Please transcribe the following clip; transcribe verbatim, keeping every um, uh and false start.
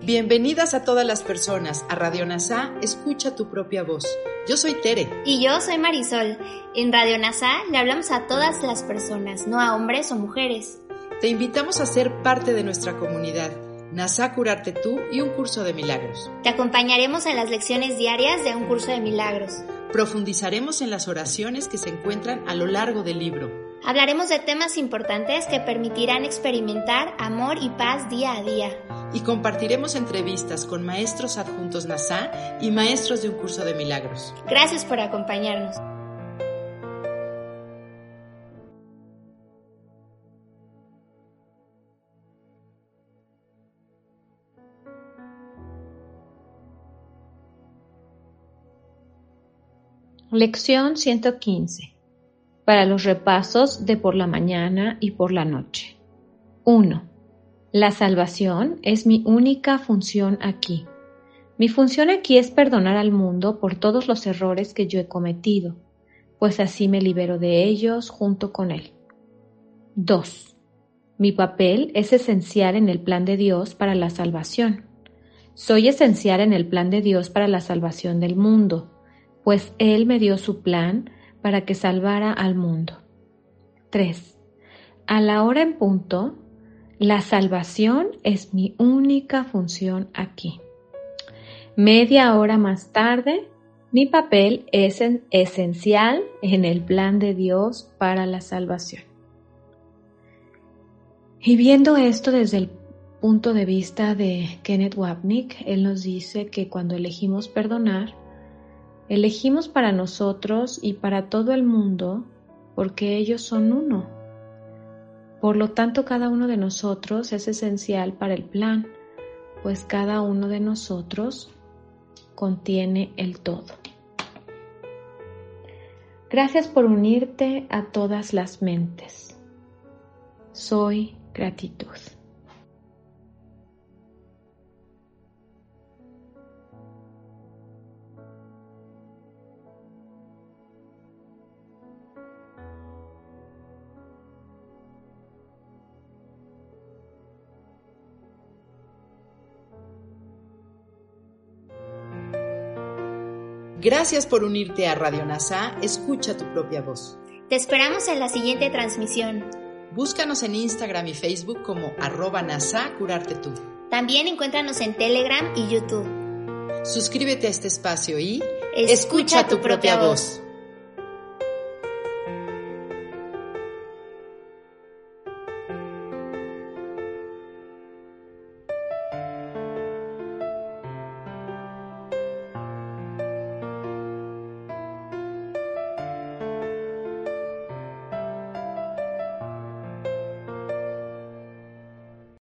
Bienvenidas a todas las personas a Radio NASA, escucha tu propia voz. Yo soy Tere. Y yo soy Marisol. En Radio NASA le hablamos a todas las personas, no a hombres o mujeres. Te invitamos a ser parte de nuestra comunidad, NASA Curarte Tú y un curso de milagros. Te acompañaremos en las lecciones diarias de un curso de milagros. Profundizaremos en las oraciones que se encuentran a lo largo del libro. Hablaremos de temas importantes que permitirán experimentar amor y paz día a día. Y compartiremos entrevistas con maestros adjuntos NASA y maestros de un curso de milagros. Gracias por acompañarnos. Lección ciento quince. Para los repasos de por la mañana y por la noche. uno. La salvación es mi única función aquí. Mi función aquí es perdonar al mundo por todos los errores que yo he cometido, pues así me libero de ellos junto con él. dos. Mi papel es esencial en el plan de Dios para la salvación. Soy esencial en el plan de Dios para la salvación del mundo, pues Él me dio su plan para que salvara al mundo. tres. A la hora en punto, la salvación es mi única función aquí. Media hora más tarde, mi papel es en- esencial en el plan de Dios para la salvación. Y viendo esto desde el punto de vista de Kenneth Wapnick, él nos dice que cuando elegimos perdonar, elegimos para nosotros y para todo el mundo porque ellos son uno. Por lo tanto, cada uno de nosotros es esencial para el plan, pues cada uno de nosotros contiene el todo. Gracias por unirte a todas las mentes. Soy gratitud. Gracias por unirte a Radio NASA, escucha tu propia voz. Te esperamos en la siguiente transmisión. Búscanos en Instagram y Facebook como arroba NASA Curarte Tú. También encuéntranos en Telegram y YouTube. Suscríbete a este espacio y Escucha tu propia voz.